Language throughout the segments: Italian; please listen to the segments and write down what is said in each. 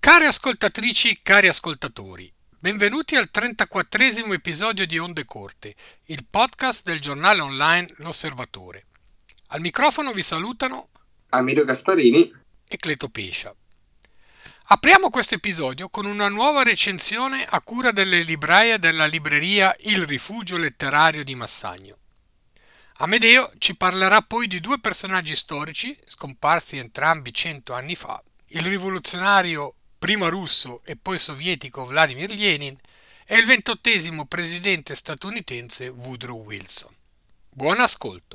Care ascoltatrici, cari ascoltatori, benvenuti al 34esimo episodio di Onde Corte, il podcast del giornale online L'Osservatore. Al microfono vi salutano Amedeo Gasparini e Cleto Pescia. Apriamo questo episodio con una nuova recensione a cura delle libraie della libreria Il Rifugio Letterario di Massagno. Amedeo ci parlerà poi di due personaggi storici, scomparsi entrambi 100 anni fa, il rivoluzionario prima russo e poi sovietico Vladimir Lenin e il 28esimo presidente statunitense Woodrow Wilson. Buon ascolto!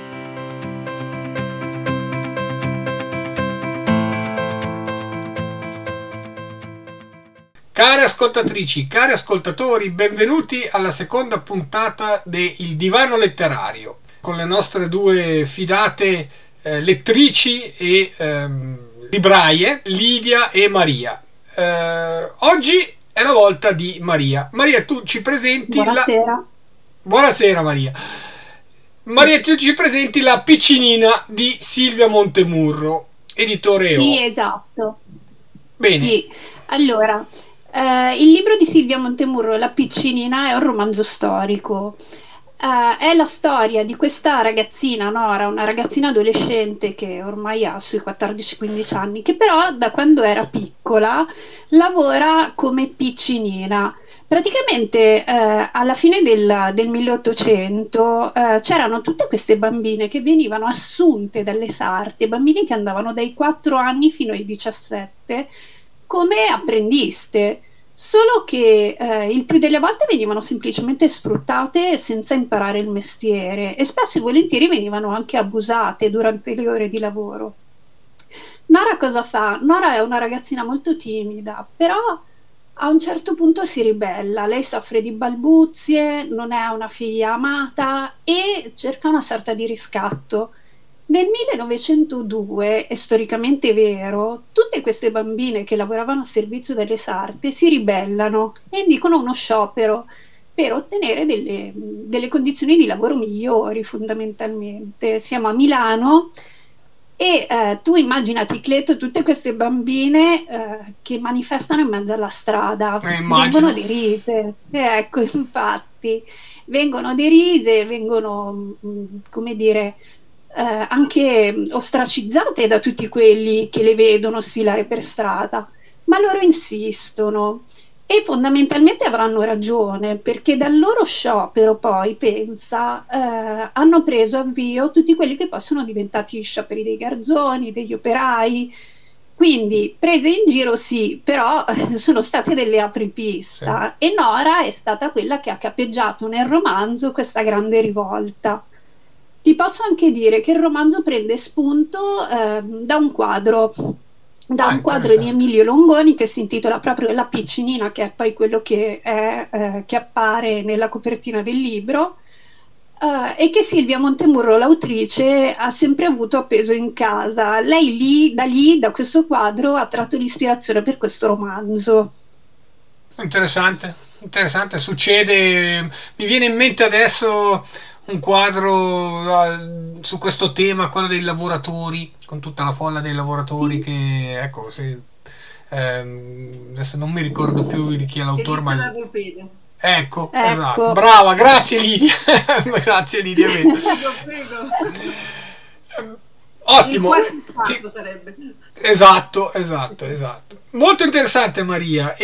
Care ascoltatrici, cari ascoltatori, benvenuti alla seconda puntata de Il Divano Letterario con le nostre due fidate lettrici e libraie, Lidia e Maria. Oggi è la volta di Maria. Maria, tu ci presenti Buonasera. Buonasera Maria. Maria, tu ci presenti La piccinina di Silvia Montemurro, editore EO. Sì, esatto. Bene. Sì. Allora, il libro di Silvia Montemurro, La piccinina, è un romanzo storico. È la storia di questa ragazzina, Nora, una ragazzina adolescente che ormai ha sui 14-15 anni, che però da quando era piccola lavora come piccinina. Praticamente alla fine del 1800 c'erano tutte queste bambine che venivano assunte dalle sarte, bambini che andavano dai 4 anni fino ai 17 come apprendiste. Solo che il più delle volte venivano semplicemente sfruttate senza imparare il mestiere e spesso e volentieri venivano anche abusate durante le ore di lavoro. Nora cosa fa? Nora è una ragazzina molto timida, però a un certo punto si ribella. Lei soffre di balbuzie, non è una figlia amata e cerca una sorta di riscatto. Nel 1902, è storicamente vero, tutte queste bambine che lavoravano a servizio delle sarte si ribellano e indicano uno sciopero per ottenere delle condizioni di lavoro migliori, fondamentalmente. Siamo a Milano e tu immaginati, Cleto, tutte queste bambine che manifestano in mezzo alla strada, vengono derise. Ecco, infatti, vengono derise, vengono, come dire, anche ostracizzate da tutti quelli che le vedono sfilare per strada, ma loro insistono e fondamentalmente avranno ragione, perché dal loro sciopero poi, pensa, hanno preso avvio tutti quelli che poi sono diventati gli scioperi dei garzoni, degli operai. Quindi prese in giro sì, però sono state delle apripista, sì. E Nora è stata quella che ha capeggiato nel romanzo questa grande rivolta. Ti posso anche dire che il romanzo prende spunto da un quadro di Emilio Longoni che si intitola proprio La piccinina, che è poi quello che appare nella copertina del libro, e che Silvia Montemurro, l'autrice, ha sempre avuto appeso in casa. Lei da questo quadro ha tratto l'ispirazione per questo romanzo. Interessante, succede, mi viene in mente adesso un quadro su questo tema, quello dei lavoratori, con tutta la folla dei lavoratori, sì. Che ecco, adesso non mi ricordo più di chi è l'autore, ma ecco, esatto, brava, grazie Lidia. Grazie Lidia. Ottimo, sì. Sarebbe. Esatto. Molto interessante Maria.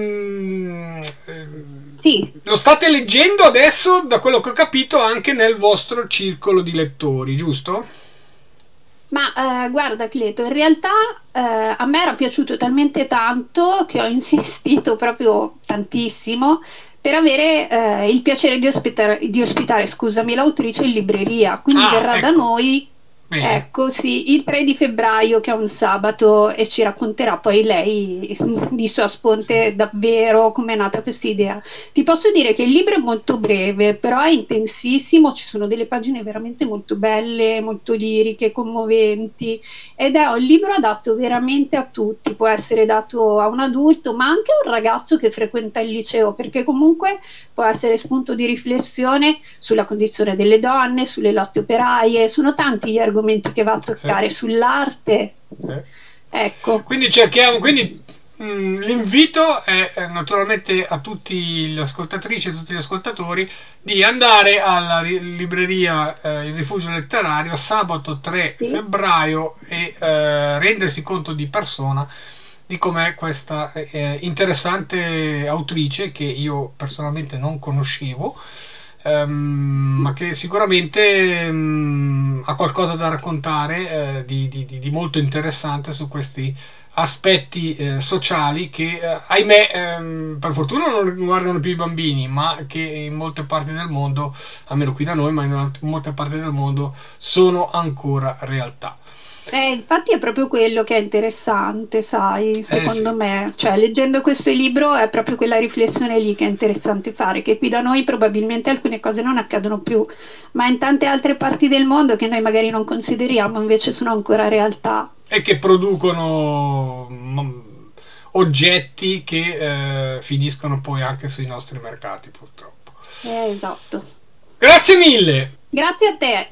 Sì. Lo state leggendo adesso, da quello che ho capito, anche nel vostro circolo di lettori, giusto? Ma guarda Cleto, in realtà a me era piaciuto talmente tanto che ho insistito proprio tantissimo per avere il piacere di ospitare, scusami, l'autrice in libreria, quindi verrà da noi. Bene. Ecco, sì, il 3 di febbraio, che è un sabato, e ci racconterà poi lei di sua sponte davvero come è nata questa idea. Ti posso dire che il libro è molto breve, però è intensissimo, ci sono delle pagine veramente molto belle, molto liriche, commoventi, ed è un libro adatto veramente a tutti, può essere dato a un adulto, ma anche a un ragazzo che frequenta il liceo, perché comunque può essere spunto di riflessione sulla condizione delle donne, sulle lotte operaie, sono tanti gli argomenti che va a toccare, sull'arte. Ecco. Quindi cerchiamo, L'invito è naturalmente a tutti le ascoltatrici e a tutti gli ascoltatori di andare alla libreria Il Rifugio Letterario sabato 3 febbraio e rendersi conto di persona di com'è questa interessante autrice che io personalmente non conoscevo, ma che sicuramente ha qualcosa da raccontare di molto interessante su questi aspetti sociali che ahimè per fortuna non riguardano più i bambini, ma che in molte parti del mondo, almeno qui da noi, ma in molte parti del mondo sono ancora realtà. Infatti è proprio quello che è interessante, sai, secondo Sì. me, cioè leggendo questo libro è proprio quella riflessione lì che è interessante fare, che qui da noi probabilmente alcune cose non accadono più, ma in tante altre parti del mondo che noi magari non consideriamo invece sono ancora realtà. E che producono oggetti che finiscono poi anche sui nostri mercati, purtroppo. Esatto. Grazie mille! Grazie a te!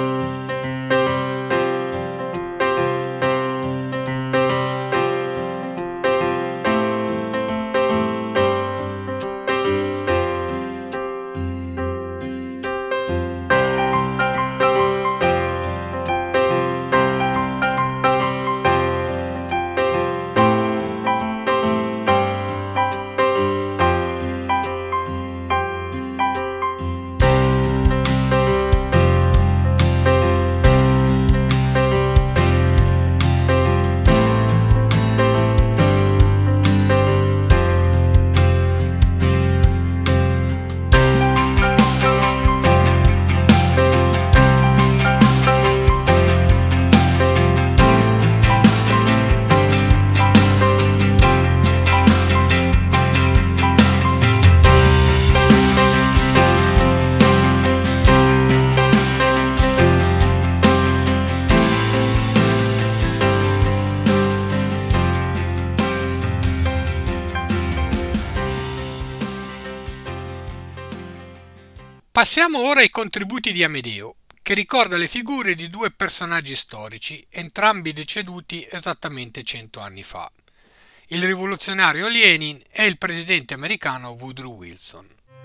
Passiamo ora ai contributi di Amedeo, che ricorda le figure di due personaggi storici, entrambi deceduti esattamente 100 anni fa: il rivoluzionario Lenin e il presidente americano Woodrow Wilson.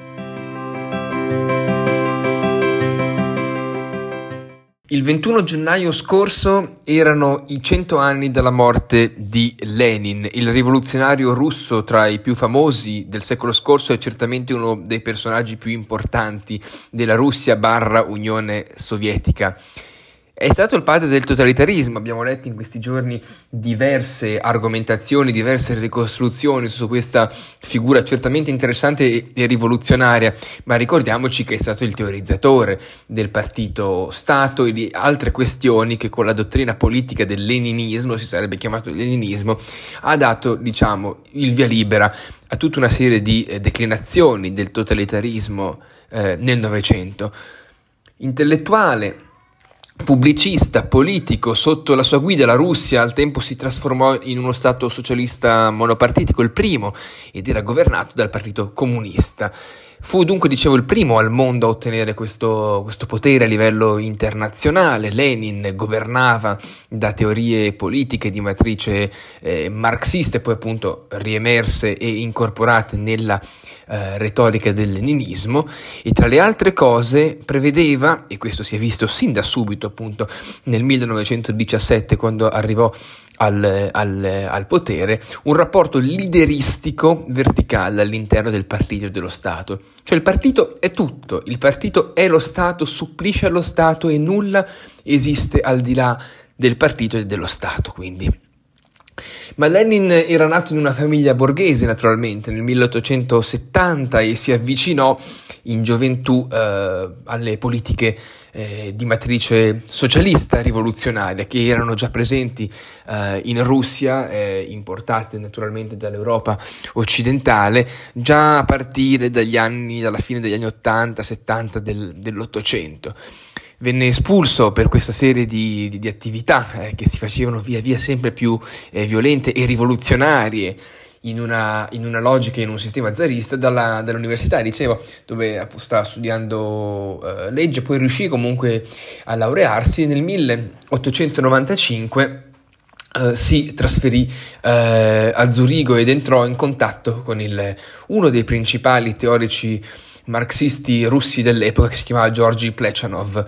Il 21 gennaio scorso erano i 100 anni dalla morte di Lenin, il rivoluzionario russo tra i più famosi del secolo scorso e certamente uno dei personaggi più importanti della Russia / Unione Sovietica. È stato il padre del totalitarismo. Abbiamo letto in questi giorni diverse argomentazioni, diverse ricostruzioni su questa figura certamente interessante e rivoluzionaria, ma ricordiamoci che è stato il teorizzatore del partito Stato e di altre questioni che con la dottrina politica del leninismo, si sarebbe chiamato leninismo, ha dato, il via libera a tutta una serie di declinazioni del totalitarismo nel Novecento. Intellettuale, pubblicista, politico, sotto la sua guida la Russia al tempo si trasformò in uno stato socialista monopartitico, il primo, ed era governato dal partito comunista. Fu dunque, il primo al mondo a ottenere questo potere a livello internazionale. Lenin governava da teorie politiche di matrice marxista e poi appunto riemerse e incorporate nella retorica del leninismo, e tra le altre cose prevedeva, e questo si è visto sin da subito appunto nel 1917 quando arrivò al potere, un rapporto lideristico verticale all'interno del partito e dello Stato. Cioè il partito è tutto, il partito è lo Stato, supplisce allo Stato e nulla esiste al di là del partito e dello Stato, quindi. Ma Lenin era nato in una famiglia borghese, naturalmente, nel 1870 e si avvicinò in gioventù alle politiche di matrice socialista rivoluzionaria che erano già presenti in Russia, importate naturalmente dall'Europa occidentale, già a partire dalla fine degli anni 80-70 dell'Ottocento. Venne espulso per questa serie di attività che si facevano via via sempre più violente e rivoluzionarie in una logica, in un sistema zarista, dall'università, dicevo, dove stava studiando legge, poi riuscì comunque a laurearsi. Nel 1895 si trasferì a Zurigo ed entrò in contatto con uno dei principali teorici marxisti russi dell'epoca, che si chiamava Georgi Plekhanov.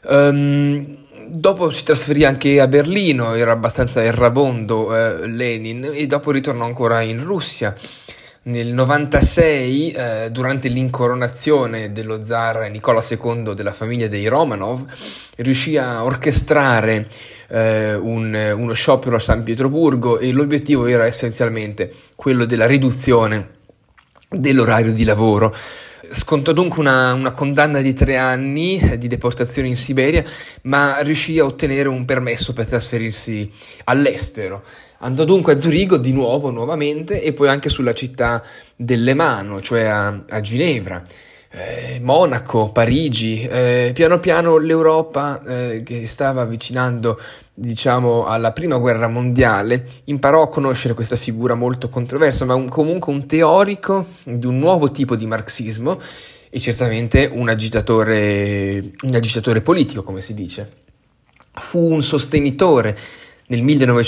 Dopo si trasferì anche a Berlino, era abbastanza errabondo Lenin, e dopo ritornò ancora in Russia. Nel 96, durante l'incoronazione dello zar Nicola II della famiglia dei Romanov, riuscì a orchestrare uno sciopero a San Pietroburgo, e l'obiettivo era essenzialmente quello della riduzione dell'orario di lavoro. Scontò dunque una condanna di 3 anni di deportazione in Siberia, ma riuscì a ottenere un permesso per trasferirsi all'estero. Andò dunque a Zurigo nuovamente, e poi anche sulla città del Lemano, cioè a Ginevra, Monaco, Parigi. Piano piano l'Europa, che stava avvicinando, diciamo, alla prima guerra mondiale, imparò a conoscere questa figura molto controversa, ma comunque un teorico di un nuovo tipo di marxismo, e certamente un agitatore politico, come si dice. Fu un sostenitore nel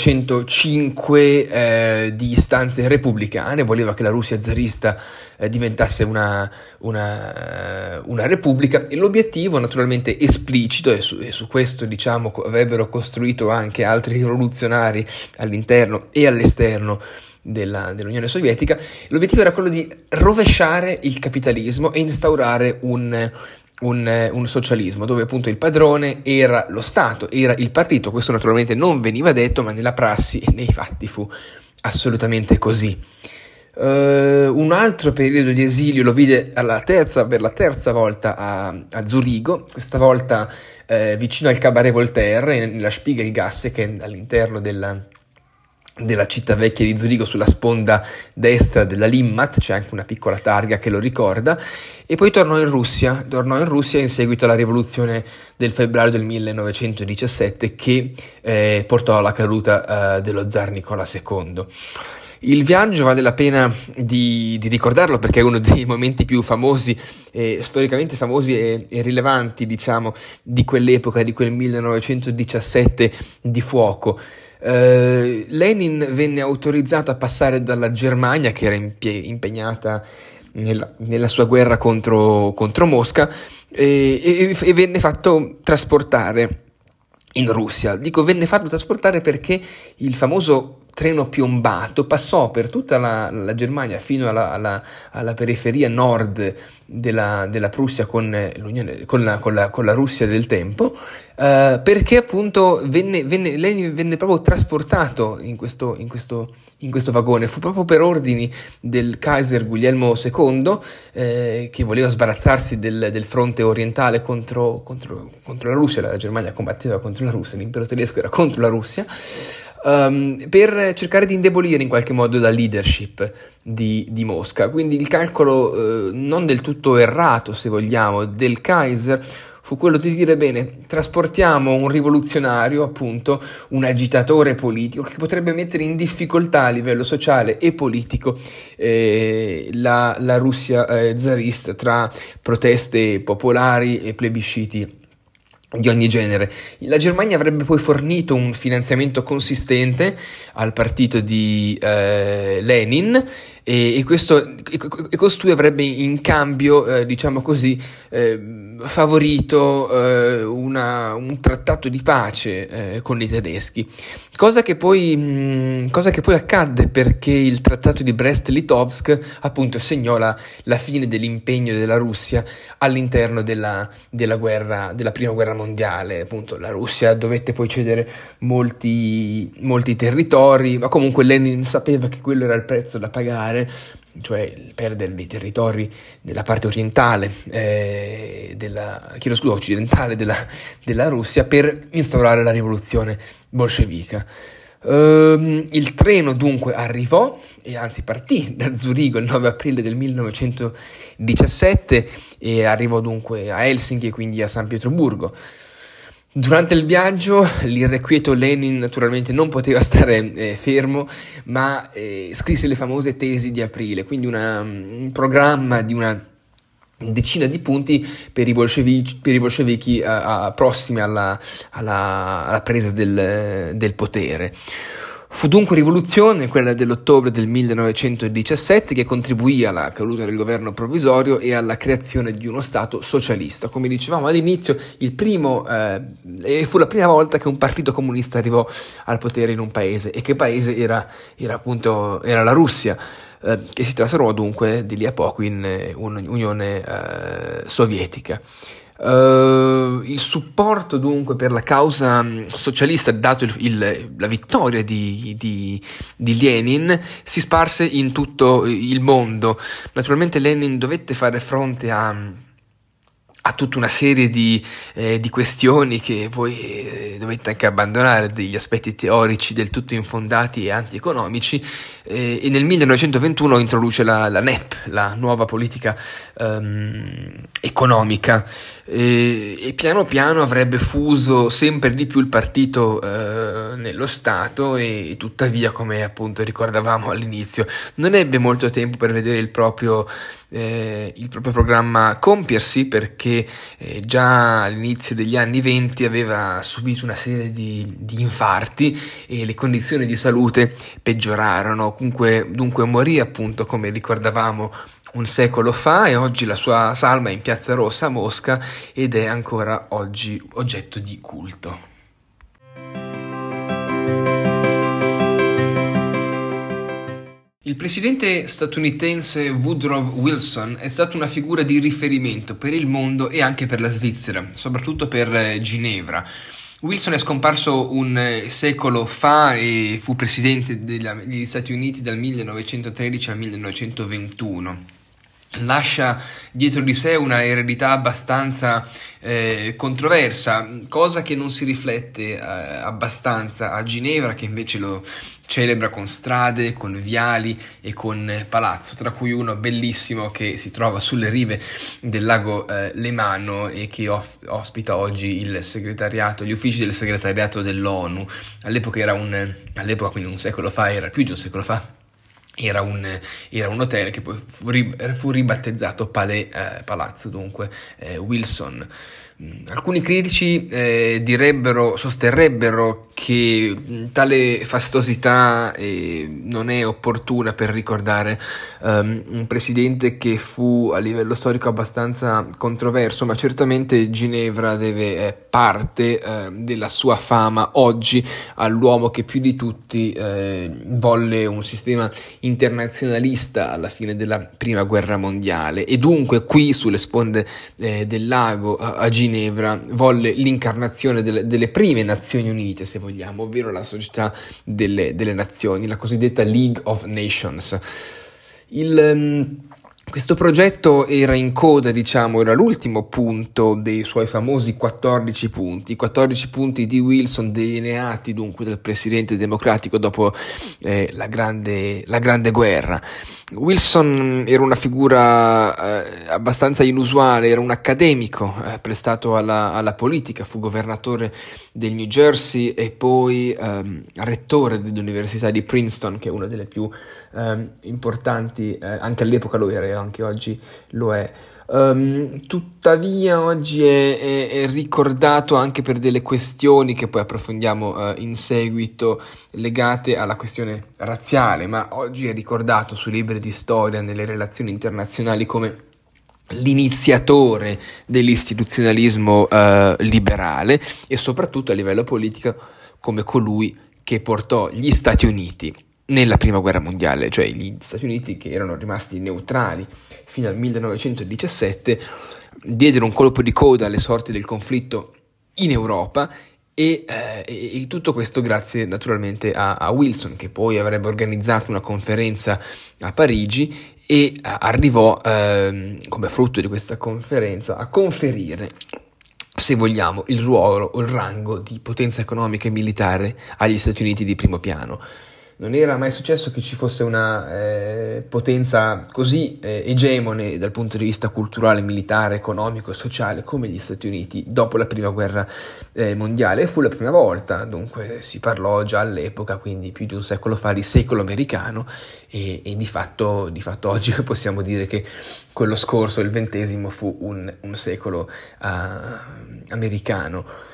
1905 di istanze repubblicane, voleva che la Russia zarista diventasse una repubblica, e l'obiettivo naturalmente esplicito, e su questo, diciamo, avrebbero costruito anche altri rivoluzionari all'interno e all'esterno dell'Unione Sovietica, l'obiettivo era quello di rovesciare il capitalismo e instaurare un socialismo dove appunto il padrone era lo Stato, era il partito. Questo naturalmente non veniva detto, ma nella prassi e nei fatti fu assolutamente così. Un altro periodo di esilio lo vide per la terza volta a Zurigo, questa volta vicino al Cabaret Voltaire, nella Spiegelgasse, che è all'interno della città vecchia di Zurigo, sulla sponda destra della Limmat. C'è anche una piccola targa che lo ricorda, e poi tornò in Russia in seguito alla rivoluzione del febbraio del 1917, che portò alla caduta dello zar Nicola II. Il viaggio vale la pena di ricordarlo, perché è uno dei momenti più famosi, storicamente famosi e rilevanti, diciamo, di quell'epoca, di quel 1917 di fuoco. Lenin venne autorizzato a passare dalla Germania, che era impegnata nella sua guerra contro Mosca, e venne fatto trasportare in Russia. Dico venne fatto trasportare perché il famoso treno piombato passò per tutta la Germania fino alla periferia nord della Prussia con la Russia del tempo, perché appunto Lenin venne proprio trasportato in questo vagone. Fu proprio per ordini del Kaiser Guglielmo II, che voleva sbarazzarsi del fronte orientale contro la Russia. La Germania combatteva contro la Russia, l'impero tedesco era contro la Russia, per cercare di indebolire in qualche modo la leadership di Mosca. Quindi il calcolo non del tutto errato, se vogliamo, del Kaiser fu quello di dire: bene, trasportiamo un rivoluzionario, appunto un agitatore politico che potrebbe mettere in difficoltà a livello sociale e politico la Russia zarista, tra proteste popolari e plebisciti di ogni genere. La Germania avrebbe poi fornito un finanziamento consistente al partito di Lenin, e costui avrebbe in cambio, diciamo così, favorito un trattato di pace con i tedeschi, cosa che poi accadde, perché il trattato di Brest-Litovsk appunto segnò la fine dell'impegno della Russia all'interno della prima guerra mondiale. Appunto la Russia dovette poi cedere molti territori, ma comunque Lenin sapeva che quello era il prezzo da pagare, cioè il perdere dei territori della parte orientale occidentale della Russia, per instaurare la rivoluzione bolscevica. Il treno dunque arrivò, e anzi partì da Zurigo il 9 aprile del 1917 e arrivò dunque a Helsinki e quindi a San Pietroburgo. Durante il viaggio l'irrequieto Lenin naturalmente non poteva stare fermo, ma scrisse le famose tesi di aprile, quindi un programma di una decina di punti per i bolscevichi prossimi alla presa del potere. Fu dunque rivoluzione, quella dell'ottobre del 1917, che contribuì alla caduta del governo provvisorio e alla creazione di uno Stato socialista. Come dicevamo all'inizio, fu la prima volta che un partito comunista arrivò al potere in un paese. E che paese era la Russia, che si trasformò dunque di lì a poco in un'Unione Sovietica. Il supporto dunque per la causa socialista, dato la vittoria di Lenin, si sparse in tutto il mondo. Naturalmente Lenin dovette fare fronte a tutta una serie di questioni che poi dovette anche abbandonare, degli aspetti teorici del tutto infondati e antieconomici, e nel 1921 introduce la NEP, la nuova politica economica, e piano piano avrebbe fuso sempre di più il partito nello Stato, e tuttavia, come appunto ricordavamo all'inizio, non ebbe molto tempo per vedere il proprio programma compiersi, perché già all'inizio degli anni 20 aveva subito una serie di infarti e le condizioni di salute peggiorarono. Dunque morì, appunto, come ricordavamo, un secolo fa, e oggi la sua salma è in Piazza Rossa a Mosca ed è ancora oggi oggetto di culto. Il presidente statunitense Woodrow Wilson è stato una figura di riferimento per il mondo e anche per la Svizzera, soprattutto per Ginevra. Wilson è scomparso un secolo fa e fu presidente degli Stati Uniti dal 1913 al 1921. Lascia dietro di sé una eredità abbastanza controversa, cosa che non si riflette abbastanza a Ginevra, che invece lo celebra con strade, con viali e con palazzo, tra cui uno bellissimo che si trova sulle rive del lago Lemano e che ospita oggi gli uffici del segretariato dell'ONU. All'epoca, quindi un secolo fa, era più di un secolo fa, era un hotel che poi fu ribattezzato Palazzo, dunque Wilson. Alcuni critici sosterrebbero che tale fastosità non è opportuna per ricordare un presidente che fu a livello storico abbastanza controverso, ma certamente Ginevra deve parte della sua fama oggi all'uomo che più di tutti volle un sistema internazionalista alla fine della Prima Guerra Mondiale, e dunque qui sulle sponde del lago a Ginevra volle l'incarnazione delle prime Nazioni Unite, se vogliamo, ovvero la società delle nazioni, la cosiddetta League of Nations. Questo progetto era in coda, era l'ultimo punto dei suoi famosi 14 punti di Wilson, delineati dunque dal presidente democratico dopo la grande guerra. Wilson era una figura abbastanza inusuale, era un accademico prestato alla politica, fu governatore del New Jersey e poi rettore dell'Università di Princeton, che è una delle più importanti, anche all'epoca lo era e anche oggi lo è. Tuttavia oggi è ricordato anche per delle questioni che poi approfondiamo in seguito, legate alla questione razziale, ma oggi è ricordato sui libri di storia, nelle relazioni internazionali, come l'iniziatore dell'istituzionalismo liberale, e soprattutto a livello politico come colui che portò gli Stati Uniti nella Prima Guerra Mondiale, cioè gli Stati Uniti, che erano rimasti neutrali fino al 1917, diedero un colpo di coda alle sorti del conflitto in Europa, e tutto questo grazie naturalmente a Wilson, che poi avrebbe organizzato una conferenza a Parigi e arrivò come frutto di questa conferenza a conferire, se vogliamo, il ruolo o il rango di potenza economica e militare agli Stati Uniti di primo piano. Non era mai successo che ci fosse una potenza così egemone dal punto di vista culturale, militare, economico e sociale come gli Stati Uniti dopo la prima guerra mondiale. Fu la prima volta, dunque si parlò già all'epoca, quindi più di un secolo fa, di secolo americano, e di fatto oggi possiamo dire che quello scorso, il XX, fu un secolo americano.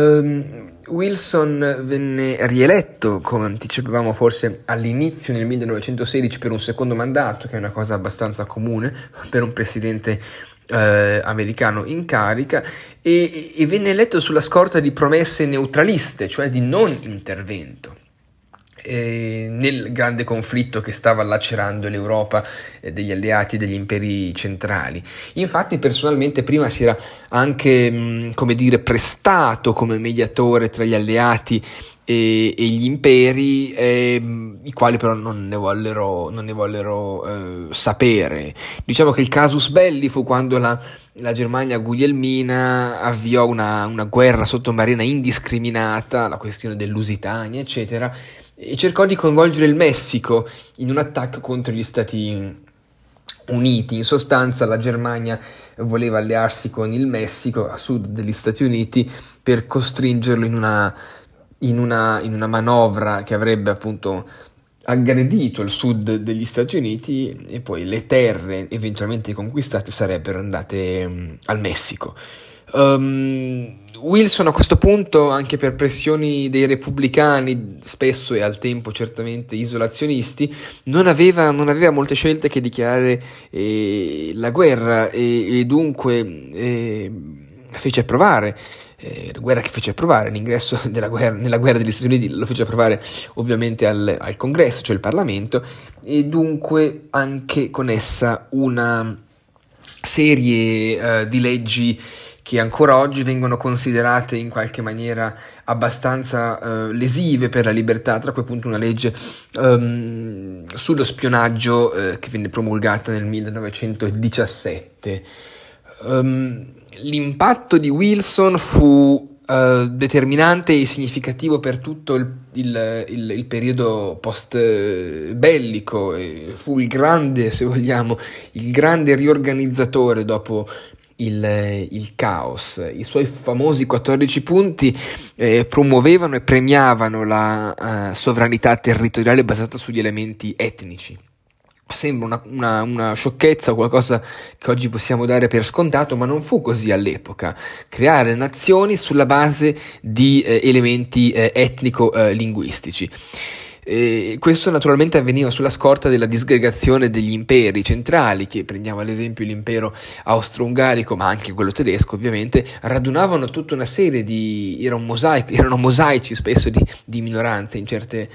Wilson venne rieletto, come anticipavamo forse all'inizio, nel 1916 per un secondo mandato, che è una cosa abbastanza comune per un presidente americano in carica, e venne eletto sulla scorta di promesse neutraliste, cioè di non intervento nel grande conflitto che stava lacerando l'Europa degli alleati e degli imperi centrali. Infatti personalmente prima si era anche prestato come mediatore tra gli alleati e gli imperi, i quali però non ne vollero sapere. Diciamo che il casus belli fu quando la Germania guglielmina avviò una guerra sottomarina indiscriminata, la questione del Lusitania, eccetera, e cercò di coinvolgere il Messico in un attacco contro gli Stati Uniti. In sostanza la Germania voleva allearsi con il Messico a sud degli Stati Uniti per costringerlo in una manovra che avrebbe appunto aggredito il sud degli Stati Uniti, e poi le terre eventualmente conquistate sarebbero andate al Messico. Wilson a questo punto, anche per pressioni dei repubblicani, spesso e al tempo certamente isolazionisti, non aveva molte scelte che dichiarare la guerra, e dunque fece approvare la guerra, che fece approvare l'ingresso nella guerra degli Stati Uniti, lo fece approvare ovviamente al Congresso, cioè il Parlamento, e dunque anche con essa una serie di leggi che ancora oggi vengono considerate in qualche maniera abbastanza lesive per la libertà, tra cui appunto una legge sullo spionaggio che venne promulgata nel 1917. L'impatto di Wilson fu determinante e significativo per tutto il periodo post bellico, fu il grande, se vogliamo, il grande riorganizzatore dopo il caos. I suoi famosi 14 punti promuovevano e premiavano la sovranità territoriale basata sugli elementi etnici. Sembra una sciocchezza, qualcosa che oggi possiamo dare per scontato, ma non fu così all'epoca. Creare nazioni sulla base di elementi etnico-linguistici. Questo naturalmente avveniva sulla scorta della disgregazione degli imperi centrali, che, prendiamo ad esempio l'impero austro-ungarico, ma anche quello tedesco ovviamente, radunavano tutta una serie erano mosaici spesso di minoranze in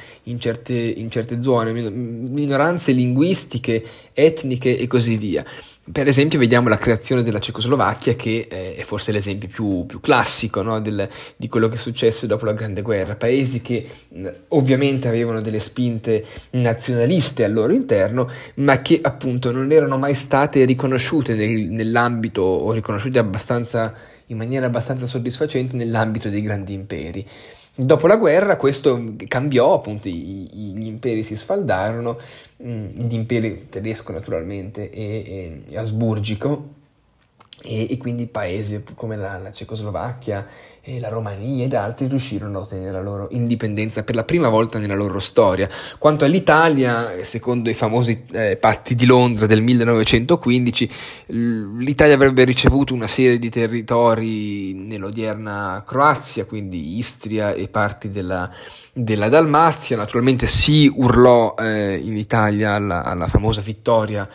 certe zone, minoranze linguistiche, etniche e così via. Per esempio vediamo la creazione della Cecoslovacchia, che è forse l'esempio più classico, no, di quello che successe dopo la Grande Guerra. Paesi che ovviamente avevano delle spinte nazionaliste al loro interno, ma che appunto non erano mai state riconosciute nell'ambito, o riconosciute in maniera abbastanza soddisfacente nell'ambito dei grandi imperi. Dopo la guerra questo cambiò, appunto gli imperi si sfaldarono, gli imperi tedesco naturalmente e asburgico, e quindi paesi come la Cecoslovacchia e la Romania ed altri riuscirono a ottenere la loro indipendenza per la prima volta nella loro storia. Quanto all'Italia, secondo i famosi patti di Londra del 1915, l'Italia avrebbe ricevuto una serie di territori nell'odierna Croazia, quindi Istria e parti della Dalmazia. Naturalmente si urlò in Italia alla famosa vittoria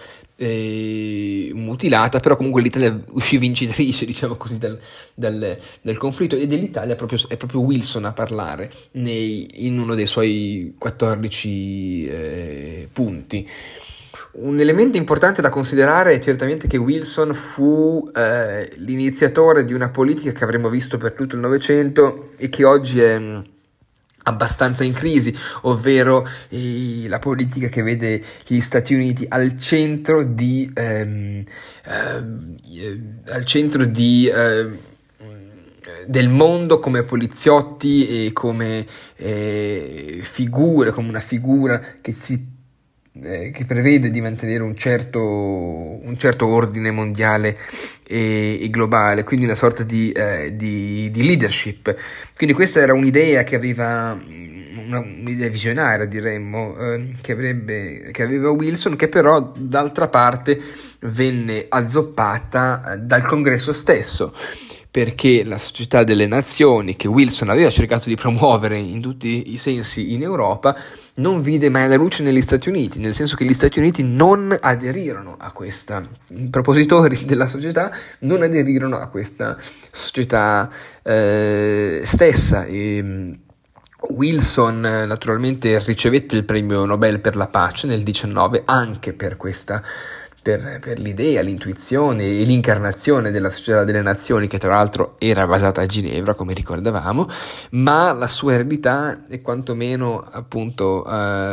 mutilata, però comunque l'Italia uscì vincitrice, diciamo così, dal conflitto, e dell'Italia è proprio Wilson a parlare in uno dei suoi 14 punti. Un elemento importante da considerare è certamente che Wilson fu l'iniziatore di una politica che avremo visto per tutto il Novecento e che oggi è abbastanza in crisi, ovvero la politica che vede gli Stati Uniti al centro del mondo come poliziotti e come figure, come una figura che prevede di mantenere un certo ordine mondiale e globale, quindi una sorta di leadership. Quindi questa era un'idea che aveva un'idea visionaria, diremmo, che aveva Wilson, che però d'altra parte venne azzoppata dal Congresso stesso, perché la Società delle Nazioni, che Wilson aveva cercato di promuovere in tutti i sensi in Europa, non vide mai la luce negli Stati Uniti, nel senso che gli Stati Uniti non aderirono a questa, i propositori della società non aderirono a questa società stessa. Wilson naturalmente ricevette il premio Nobel per la pace nel 19 anche per questa, per l'idea, l'intuizione e l'incarnazione della Società delle Nazioni, che tra l'altro era basata a Ginevra, come ricordavamo, ma la sua eredità è quantomeno appunto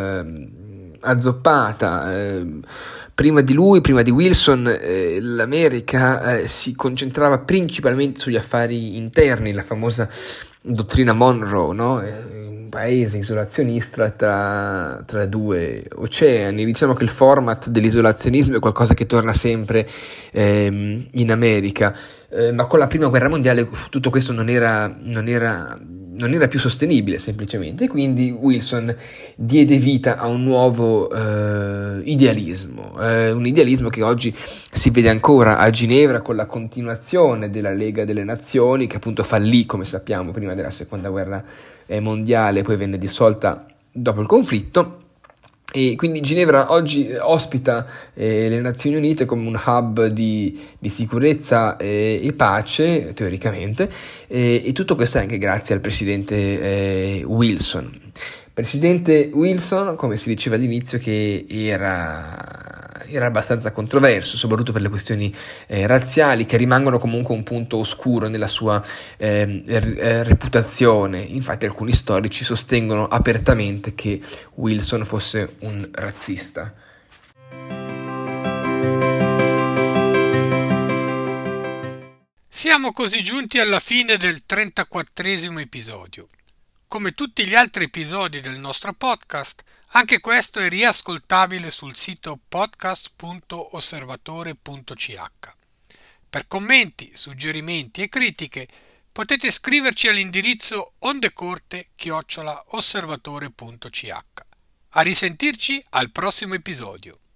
azzoppata. Prima di Wilson, l'America si concentrava principalmente sugli affari interni, la famosa dottrina Monroe, no? Un paese isolazionista tra due oceani. Diciamo che il format dell'isolazionismo è qualcosa che torna sempre in America, ma con la prima guerra mondiale tutto questo non era più sostenibile, semplicemente, e quindi Wilson diede vita a un nuovo idealismo, un idealismo che oggi si vede ancora a Ginevra con la continuazione della Lega delle Nazioni, che appunto fallì, come sappiamo, prima della seconda guerra mondiale, poi venne dissolta dopo il conflitto. E quindi Ginevra oggi ospita le Nazioni Unite come un hub di sicurezza e pace, teoricamente, e tutto questo anche grazie al presidente Wilson. Presidente Wilson, come si diceva all'inizio, che era abbastanza controverso, soprattutto per le questioni razziali, che rimangono comunque un punto oscuro nella sua reputazione. Infatti alcuni storici sostengono apertamente che Wilson fosse un razzista. Siamo così giunti alla fine del 34esimo episodio. Come tutti gli altri episodi del nostro podcast, anche questo è riascoltabile sul sito podcast.osservatore.ch. Per commenti, suggerimenti e critiche potete scriverci all'indirizzo ondecorte@osservatore.ch. A risentirci al prossimo episodio.